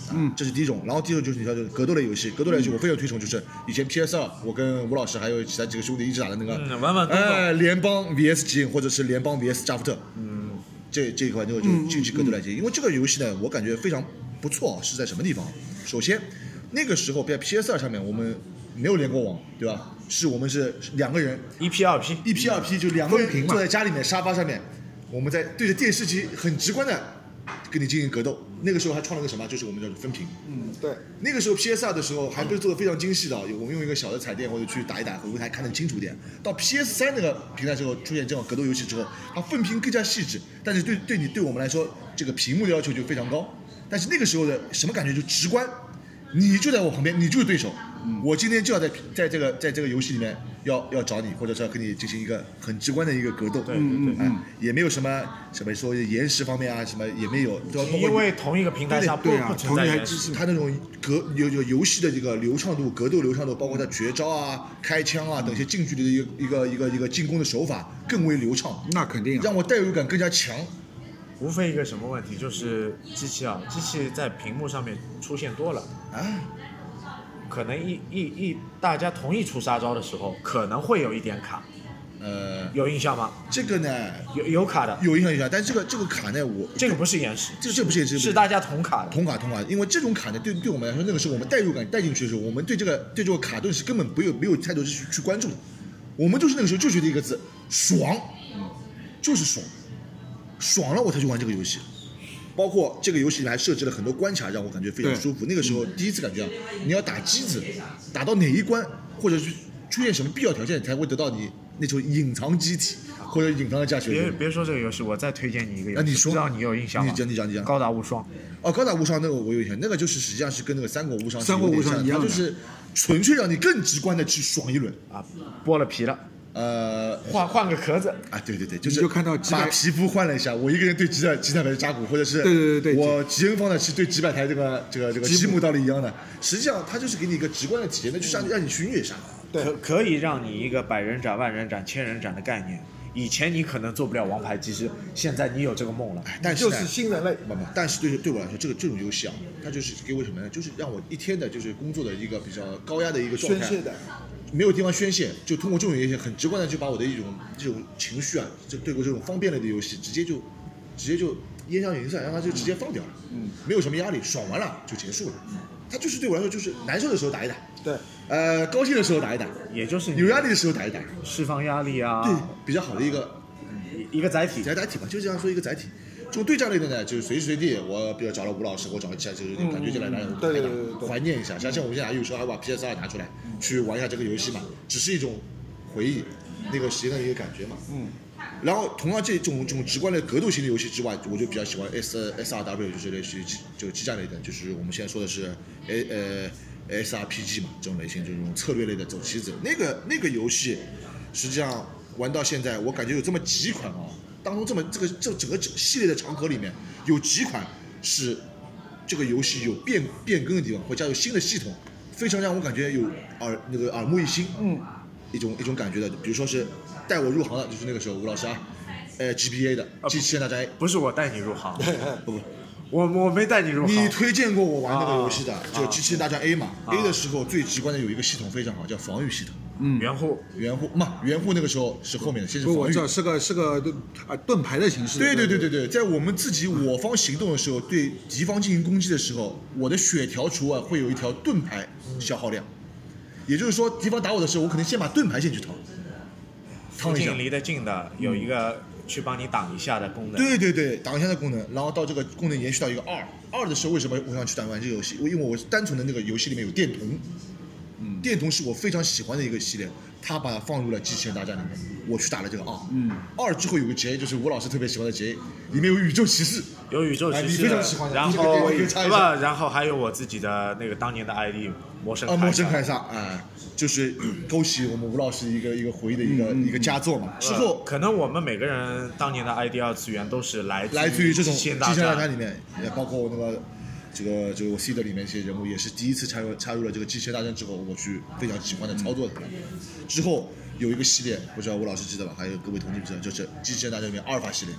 嗯， 这是第一种。然后第二种就是你知道，就是格斗类游戏，格斗类游戏我非常推崇，就是以前 P S 二，我跟吴老师还有其他几个兄弟一起打的那个， 嗯，玩玩动动哎，联邦 V S 吉影或者是联邦 V S 加福特，嗯，这这一块就就竞技格斗类型，因为这个游戏呢，我感觉非常不错，是在什么地方？首先，那个时候在 P S 二上面我们没有联过网，对吧？是我们是两个人一 P 二 P 一 P 二 P 就两个分屏嘛人坐在家里面沙发上面，我们在对着电视机很直观的跟你进行格斗。那个时候还创了个什么，就是我们叫分屏。 嗯，对， 那个时候 P S 二的时候还不是做的非常精细的，我们用一个小的彩电或者去打一打，回头还看得清楚点。到 P S 三那个平台之后出现这种格斗游戏之后，它分屏更加细致，但是对对你对我们来说，这个屏幕的要求就非常高。但是那个时候的什么感觉就直观，你就在我旁边，你就是对手。我今天就要在在这个在这个游戏里面要要找你，或者是要跟你进行一个很直观的一个格斗。 对对对， 哎，也没有什么什么说延时方面啊，什么也没有，对吧？ 因为同一个平台上不对啊不存在同一台延时。 它那种格有有游戏的这个流畅度、格斗流畅度，包括它绝招啊、开枪啊等一些近距离的一个一个一个一个进攻的手法更为流畅， 那肯定啊， 让我代入感更加强。 无非一个什么问题，就是机器啊，机器在屏幕上面出现多了， 啊， 可能一一一大家同一出杀招的时候，可能会有一点卡， 呃， 有印象吗？ 这个呢有有卡的， 有影响影响，但是这个这个卡呢，我这个不是延时， 这这不是延时是大家同卡的。 同卡同卡，因为这种卡呢，对对我们来说，那个时候我们代入感带进去的时候，我们对这个对这个卡顿是根本没有没有太多去去关注的，我们就是那个时候就觉得一个字爽，就是爽，爽了我才去玩这个游戏。包括这个游戏里还设置了很多关卡，让我感觉非常舒服。那个时候第一次感觉啊，你要打机子，打到哪一关，或者是出现什么必要条件，才会得到你那种隐藏机体或者隐藏的驾驶员。 别别说这个游戏，我再推荐你一个游戏， 啊你说不知道你有印象吗？ 你讲你讲你讲高达无双。 哦，高达无双那个我有印象，那个就是实际上是跟那个三国无双三国无双一样的它就是纯粹让你更直观的去爽一轮。 啊，剥了皮了， 呃， 换换个壳子， 啊，对对对，就是你就看到几百把皮肤换了一下，我一个人对几百几百台扎古，或者是对对对对我吉恩方呢是对几百台这个这个这个积木积木道理一样的。实际上它就是给你一个直观的体验，那就是让让你去虐杀。 可可以让你一个百人斩、万人斩、千人斩的概念。以前你可能做不了王牌技师，现在你有这个梦了。 但是呢就是新人类。 不不，但是对对我来说，这个这种游戏啊，它就是给我什么呢？就是让我一天的就是工作的一个比较高压的一个状态， 宣泄的， 没有地方宣泄，就通过这种游戏很直观的就把我的一种这种情绪啊，就对过这种方便类的游戏，直接就直接就烟消云散，让它就直接放掉了。嗯，没有什么压力，爽完了就结束了。它就是对我来说，就是难受的时候打一打， 对， 呃，高兴的时候打一打， 也就是你有压力的时候打一打， 释放压力啊， 对，比较好的一个一个载体。 载载体吧，就这样说一个载体。这种对战类的呢，就是随时随地，我比如找了吴老师，我找了其他就是感觉就来来嗯对对对对对怀念一下。像像我们现在有时候还把 P S 二拿出来去玩一下这个游戏嘛，只是一种回忆，那个时间的一个感觉嘛。嗯。然后同样这种这种直观的格斗型的游戏之外，我就比较喜欢 S S R W， 就是类似于激就激战类的，就是我们现在说的是 A 呃 S R P G 嘛，这种类型，这种策略类的走棋子。那个那个游戏，实际上玩到现在，我感觉有这么几款啊。当中这么这个这整个系列的长河里面，有几款是这个游戏有变变更的地方，或加入新的系统，非常让我感觉有耳那个耳目一新，嗯，一种一种感觉的。比如说是带我入行的，就是那个时候吴老师啊，呃 G P A 的《机器人大战 A》， 不是我带你入行， 不不， 我我没带你入行。 你推荐过我玩那个游戏的， 啊就《机器人大战 A》嘛。A 的时候最直观的有一个系统非常好，叫防御系统。 嗯，援护援护嘛，援护那个时候是后面的，先是防御不我知。道是个是个啊盾牌的形式。 对对对对对，在我们自己我方行动的时候，对敌方进行攻击的时候，我的血条除外会有一条盾牌消耗量，也就是说，敌方打我的时候，我可能先把盾牌先去掏， 附掏一下近。离得近的有一个去帮你挡一下的功能。 对对对，挡一下的功能，然后到这个功能延续到一个二二的时候，为什么我想去打玩这个游戏？因为我单纯的那个游戏里面有电童，嗯，电童是我非常喜欢的一个系列，他把它放入了机器人大战里面，我去打了这个二，嗯，二之后有个 J， 就是吴老师特别喜欢的 J， 里面有宇宙骑士， 有宇宙骑士， 哎你非常喜欢的然你这个后可以插一不， 下然后还有我自己的那个当年的 I D 魔神啊，魔神凯凯撒，啊，就是勾起我们吴老师一个一个回忆的一个、一个佳作嘛。之后可能我们每个人当年的 I D 二次元都是来来自于这种机器人机器人大大战里面，也包括那个这个这个我 C 的里面一些人物，也是第一次插入插入了这个机器人大战之后，我去非常喜欢的操作的。之后有一个系列，不知道吴老师记得吧？还有各位同学知道，就是机器人大战里面阿尔法系列。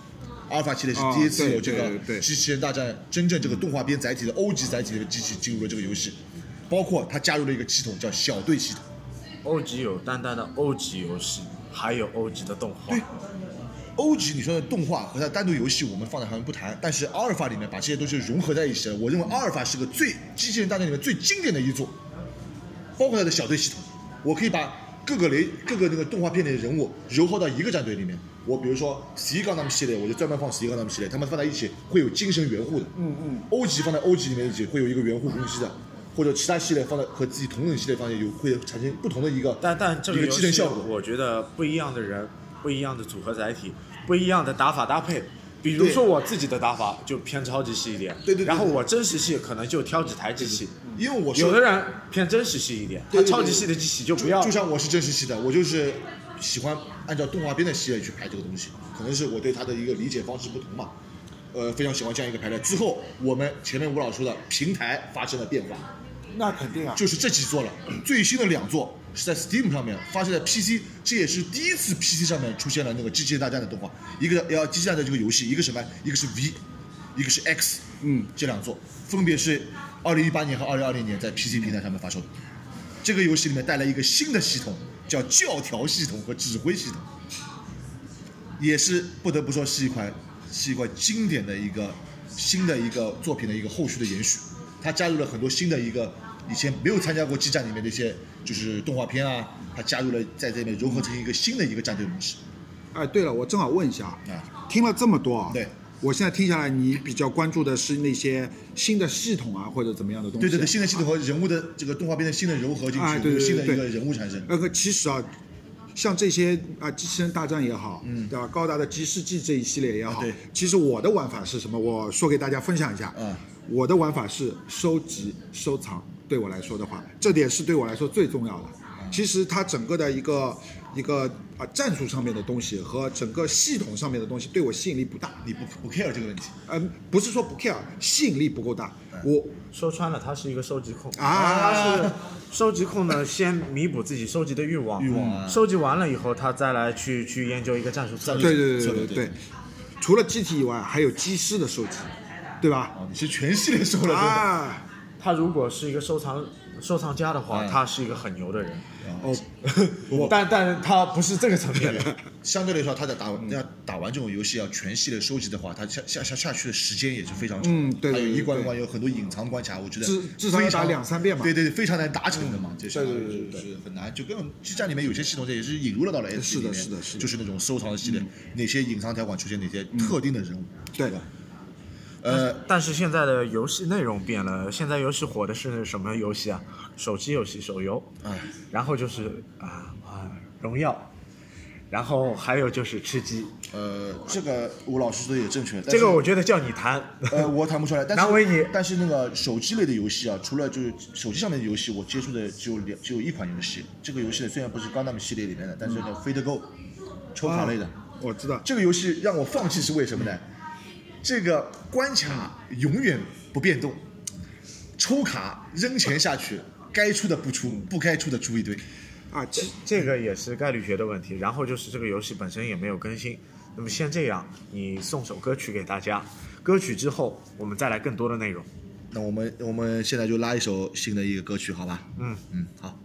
阿尔法系列是第一次有这个哦对对对机器人大战真正这个动画片载体的欧级载体的机器进入了这个游戏，包括它加入了一个系统叫小队系统。 欧级有单单的欧级游戏，还有欧级的动画。 对，欧级你说的动画和它单独游戏我们放在旁边不谈，但是阿尔法里面把这些东西融合在一起了。我认为阿尔法是个最机器人大战里面最经典的一作，包括它的小队系统，我可以把各个雷各个那个动画片里的人物糅合到一个战队里面。我比如说十一钢他们系列，我就专门放十一钢他们系列，他们放在一起会有精神援护的。 嗯嗯。 欧级放在欧级里面一起会有一个援护攻击的。或者其他系列放在和自己同等系列放在有会产生不同的一个但但这个一个游戏技能效果。 我觉得不一样的人，不一样的组合载体，不一样的打法搭配。比如说我自己的打法就偏超级系一点， 对对对对然后我真实系可能就挑几台机器， 因为我是有的人偏真实系一点， 对对对他超级系的机器就不要。 就像我是真实系的，我就是喜欢按照动画片的系列去排这个东西，可能是我对它的一个理解方式不同嘛。呃，非常喜欢这样一个排列。之后我们前面吴老师说的平台发生了变化。 那肯定啊， 就是这几座了，最新的两座是在 Steam 上面发生在 P C， 这也是第一次 P C 上面出现了那个机器人大战的动画，一个要机器人大战这个游戏，一个什么？一个是 V， 一个是 X， 嗯， 这两座分别是二零一八年和二零二零年在 P C 平台上面发售的。这个游戏里面带来一个新的系统，叫教条系统和指挥系统，也是不得不说是一款是一款经典的一个新的一个作品的一个后续的延续。它加入了很多新的一个以前没有参加过激战里面的一些就是动画片啊，它加入了在这里面融合成一个新的一个战队模式。 哎，对了，我正好问一下啊， 听了这么多啊， 对， 我现在听下来，你比较关注的是那些新的系统啊，或者怎么样的东西？ 对对对，新的系统和人物的这个动画片的新的糅合进去， 啊对对对有新的一个对人物产生。 那个其实啊，像这些啊机器人大战也好，嗯，对吧？高达的吉世纪这一系列也好， 啊对， 其实我的玩法是什么？我说给大家分享一下。 嗯， 我的玩法是收集收藏，对我来说的话，这点是对我来说最重要的。其实它整个的一个一个啊战术上面的东西和整个系统上面的东西对我吸引力不大。 你不不 care 这个问题？ 嗯，不是说不 care，吸引力不够大。我说穿了，他是一个收集控啊他是收集控呢，先弥补自己收集的欲望， 欲望啊收集完了以后，他再来去去研究一个战术策略。 对对对策略对对对，除了机体以外，还有机师的收集，对吧？ 哦，你是全系列收了对吧？ 啊， 他如果是一个收藏收藏家的话， 嗯他是一个很牛的人。 哦， 但但他不是这个层面的。 相对来说，他在打要打完这种游戏要全系列收集的话，他下下下下去的时间也是非常长。 嗯对对还有一关对一关有很多隐藏关卡，我觉得至至少要非常打两三遍嘛对对对，非常难达成的嘛，这是对对对对是很难。就跟激战里面有些系统也是引入了到了 S 是的里面， 是的是的就是那种收藏的系列，哪些隐藏条款出现哪些特定的人物， 对吧？呃， 但是现在的游戏内容变了，现在游戏火的是什么游戏啊？手机游戏、手游， 哎， 然后就是啊啊荣耀，然后还有就是吃鸡。 呃，这个吴老师说的也正确，但是这个我觉得叫你谈。 呃，我谈不出来，但是难为你但是那个手机类的游戏啊，除了就是手机上面的游戏，我接触的只有两只有一款游戏。这个游戏呢，虽然不是高达姆系列里面的，但是叫 Fate Go，抽卡类的。 我知道。 这个游戏让我放弃是为什么呢？这个关卡永远不变动，抽卡扔钱下去，该出的不出，不该出的出一堆。 啊，其这个也是概率学的问题。然后就是这个游戏本身也没有更新。那么先这样，你送首歌曲给大家，歌曲之后我们再来更多的内容。 那我们我们现在就拉一首新的一个歌曲，好吧？ 嗯嗯，好。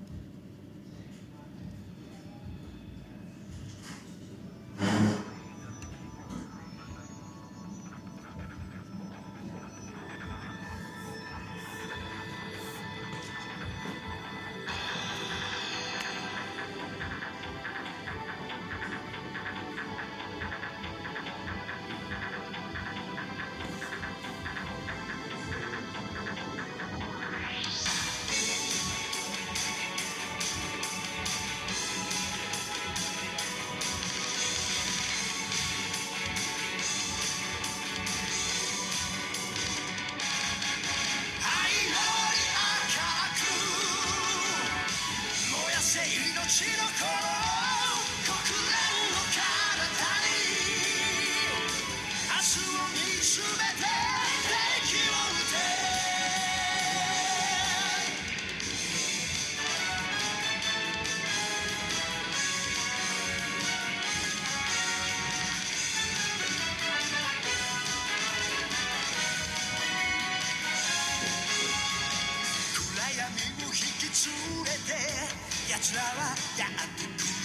奴らはやってくる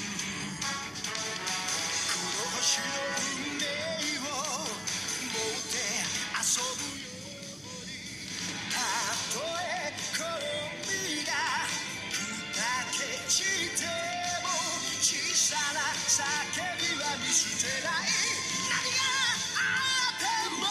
この星の運命を持って遊ぶようにたとえこの身が砕け散っても小さな叫びは見捨てない何があっても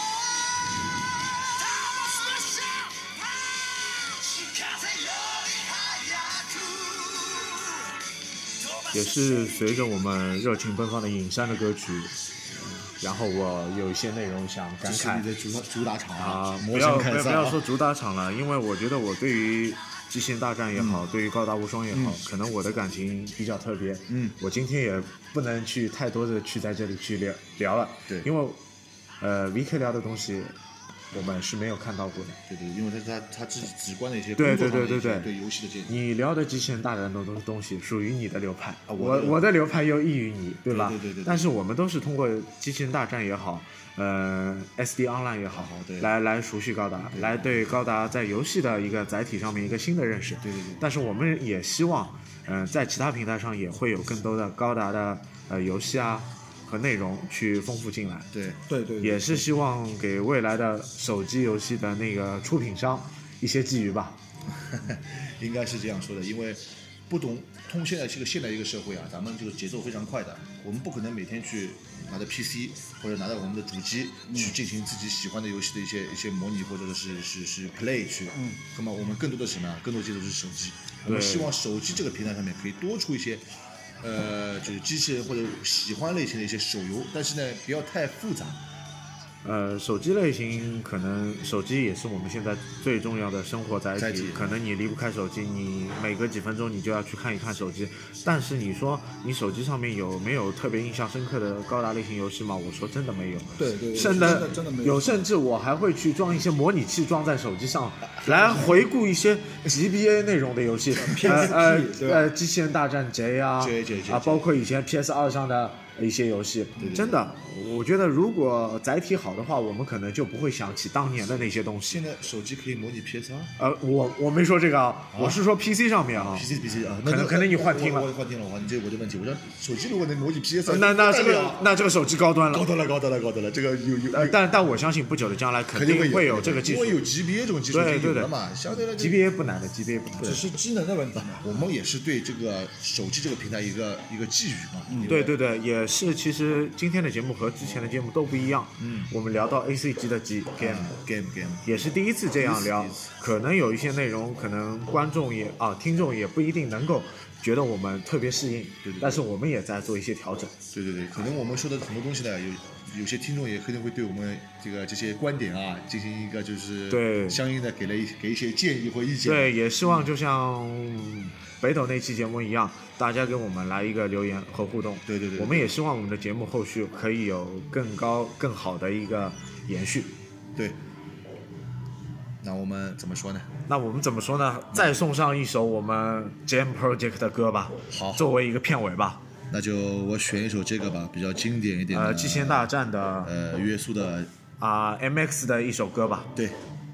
也是随着我们热情奔放的影山的歌曲，然后我有一些内容想感慨。 这是你的主主打场啊，不魔要不神凯撒要不要说主打场了，因为我觉得我对于极限大战也好， 嗯、 对于高达无双也好、嗯，可能我的感情比较特别。 嗯， 我今天也不能去太多的去在这里去聊聊了。 对， 因为呃 V K 聊的东西我们是没有看到过的。 对对，因为他他他自己直观的一些对对对对对对游戏的建议。 你聊的极限大战的东东西属于你的流派， 啊、我我我的流派又异于你，对吧？ 对对 对, 对, 对。 但是我们都是通过极限大战也好。呃 ，S D Online 也好， 对， 来来熟悉高达， 对来对高达在游戏的一个载体上面一个新的认识。 对对对。 但是我们也希望，嗯、呃，在其他平台上也会有更多的高达的呃游戏啊和内容去丰富进来。 对对 对, 对。 也是希望给未来的手机游戏的那个出品商一些寄语吧。 应该是这样说的，因为不懂通现在这个现代一个社会啊，咱们这个节奏非常快的，我们不可能每天去拿着 P C 或者拿着我们的主机去进行自己喜欢的游戏的一些一些模拟或者是是是 play 去，嗯，那么我们更多的是什么？更多的接触是手机，我们希望手机这个平台上面可以多出一些，呃，就是机器人或者喜欢类型的一些手游，但是呢，不要太复杂。 呃，手机类型可能手机也是我们现在最重要的生活载体， 载体可能你离不开手机，你每隔几分钟你就要去看一看手机。但是你说你手机上面有没有特别印象深刻的高达类型游戏吗？我说真的没有。 对对， 真的真的没有。 有，甚至我还会去装一些模拟器装在手机上，来回顾一些 G B A 内容的游戏，呃呃呃，机器人大战 J 啊，啊，包括以前 P S 二 上的一些游戏， 对对对真的，我觉得如果载体好的话，我们可能就不会想起当年的那些东西。 现在手机可以模拟 P S 二？ 呃，我我没说这个啊，我是说 P C 上面啊 ，P C P C 啊， 可能可能你幻听了， 我幻听了，我你这我的问题，我说手机如果能模拟 P S 二， 那那这个那这个手机高端了， 高端了，高端了，高端了，这个有有， 呃，但但我相信不久的将来肯定会有这个技术， 因为有 G B A 这种技术对对对嘛，相对来 G B A 不难的 ，G B A 不难， 只是机能的问题嘛。 我们也是对这个手机这个平台一个一个寄语嘛。 嗯，对对对，也是。其实今天的节目和之前的节目都不一样。 嗯， 我们聊到 A C G 的 G game game game 也是第一次这样聊，可能有一些内容，可能观众也啊听众也不一定能够觉得我们特别适应， 对对， 但是我们也在做一些调整。 对对对，可能我们说的很多东西呢，有有些听众也可能会对我们这个这些观点啊进行一个就是对相应的给了一给一些建议或意见。 对，也希望就像北斗那期节目一样，大家给我们来一个留言和互动。 对对 对, 对， 我们也希望我们的节目后续可以有更高更好的一个延续。 对。那我们怎么说呢？ 那我们怎么说呢？再送上一首我们 Jam Project 的歌吧， 好， 作为一个片尾吧。 那就我选一首这个吧，比较经典一点的。 呃，极限大战的。 呃，约束的。 啊、呃、，M X 的一首歌吧。 对。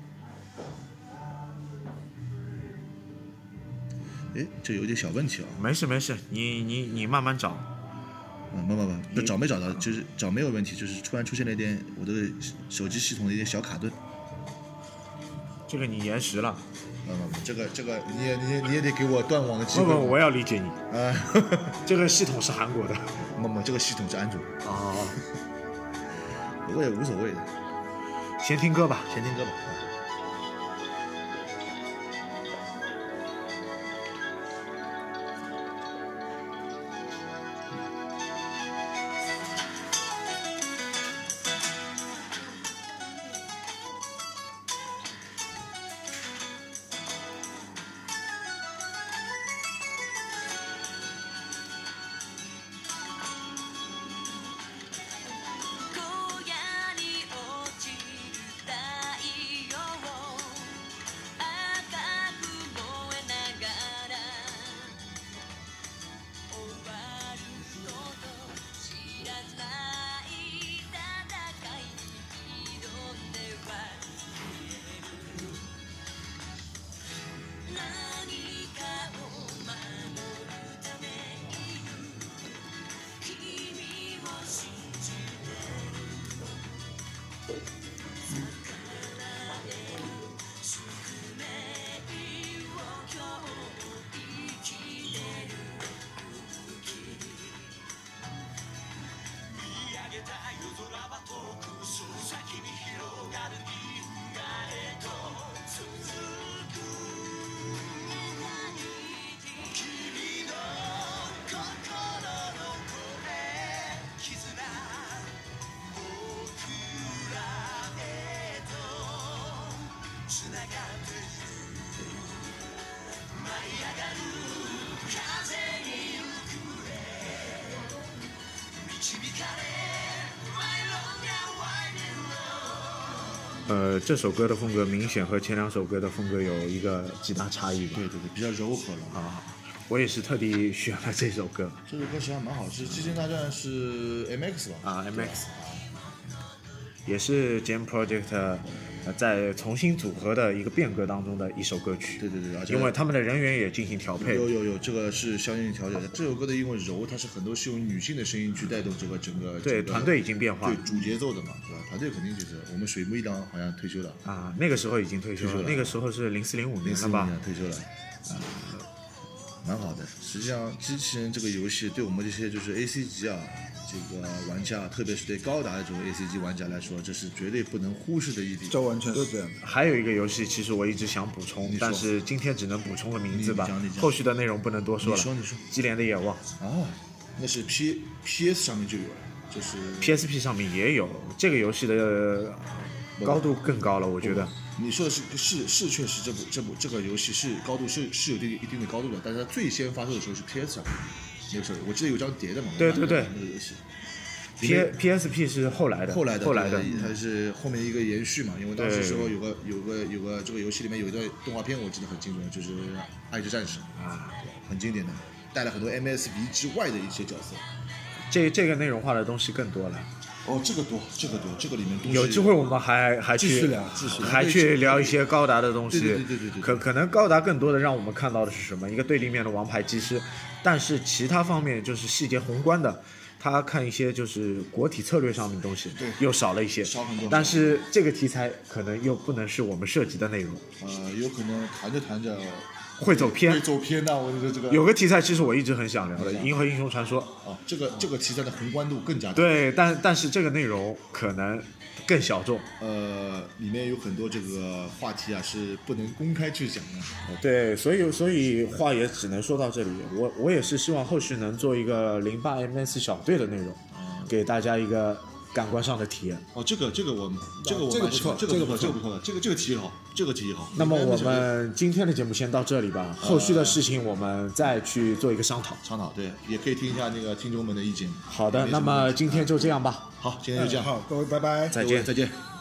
哎，这有点小问题啊。 没事没事，你你你慢慢找。 嗯，不不不，不找没找到，就是找没有问题，就是突然出现了一点我的手机系统的一点小卡顿。 这个你延时了。 嗯，这个这个你也你也你也得给我断网的机会。 不不，我要理解你。 啊， 这个系统是韩国的。 不不，这个系统是安卓。 哦。 不过也无所谓的。 先听歌吧， 先听歌吧。 荒野に落ちる太陽呃，这首歌的风格明显和前两首歌的风格有一个极大差异吧。 对对对，比较柔和了啊，我也是特地选了这首歌。 这首歌实际上蛮好，是《极限大战》是 M X 吧？ 啊 ，M X， 也是 Jam Project 在重新组合的一个变革当中的一首歌曲。 对对对，而且因为他们的人员也进行调配。 有有有，这个是相应调节的。这首歌的因为柔，它是很多是用女性的声音去带动这个整个。 对，团队已经变化。 对，主节奏的嘛，对吧？团队肯定就是我们水木一郎好像退休了。 啊，那个时候已经退休了。那个时候是零四零五年了吧？ 退休了。啊，蛮好的。实际上，机器人这个游戏对我们这些就是 A C 级啊。这个玩家，特别是对高达的这种 A C G 玩家来说，这是绝对不能忽视的一点。 这完全是这样的。 还有一个游戏，其实我一直想补充，但是今天只能补充个名字吧，后续的内容不能多说了。 你说，你说。 基连的野望。 哦，那是 P P S 上面就有了，就是 P S P 上面也有。这个游戏的高度更高了，我觉得。 你说的是是是，确实这部这部这个游戏是高度是是有一定一定的高度的，但是它最先发售的时候是 P S 上面。那个时候我记得有张碟的嘛， 对对对， 那个游戏 ，P P S P 是后来的， 后来的， 后来的， 它是后面一个延续嘛，因为当时时候有个有个有个这个游戏里面有一段动画片我记得很清楚，就是《爱之战士》啊，很经典的，带了很多 M S V 之外的一些角色， 这这个内容化的东西更多了。 哦，这个多，这个多，这个里面东西有机会我们还还去继续聊，继续还去聊一些高达的东西。 对对对对对。 可可能高达更多的让我们看到的是什么？一个对立面的王牌机师，但是其他方面就是细节宏观的，他看一些就是国体策略上面的东西， 对， 又少了一些。 少很多。 但是这个题材可能又不能是我们涉及的内容。 呃，有可能谈着谈着。 会走偏， 会走偏的。我觉得这个有个题材，其实我一直很想聊的，《银河英雄传说》 哦，这个这个题材的宏观度更加大。 对，但但是这个内容可能更小众。 呃，里面有很多这个话题啊，是不能公开去讲的。 对，所以所以话也只能说到这里。我我也是希望后续能做一个零八 M S 小队的内容，嗯、给大家一个感官上的体验。 哦，这个这个我这个我这个不错， 这个不错，这个不错的，这个这个提议好，这个提议好。 那么我们今天的节目先到这里吧，后续的事情我们再去做一个商讨。 商讨对，也可以听一下那个听众们的意见。 好的，那么今天就这样吧。 好，今天就这样。 好，各位拜拜， 再见， 再见。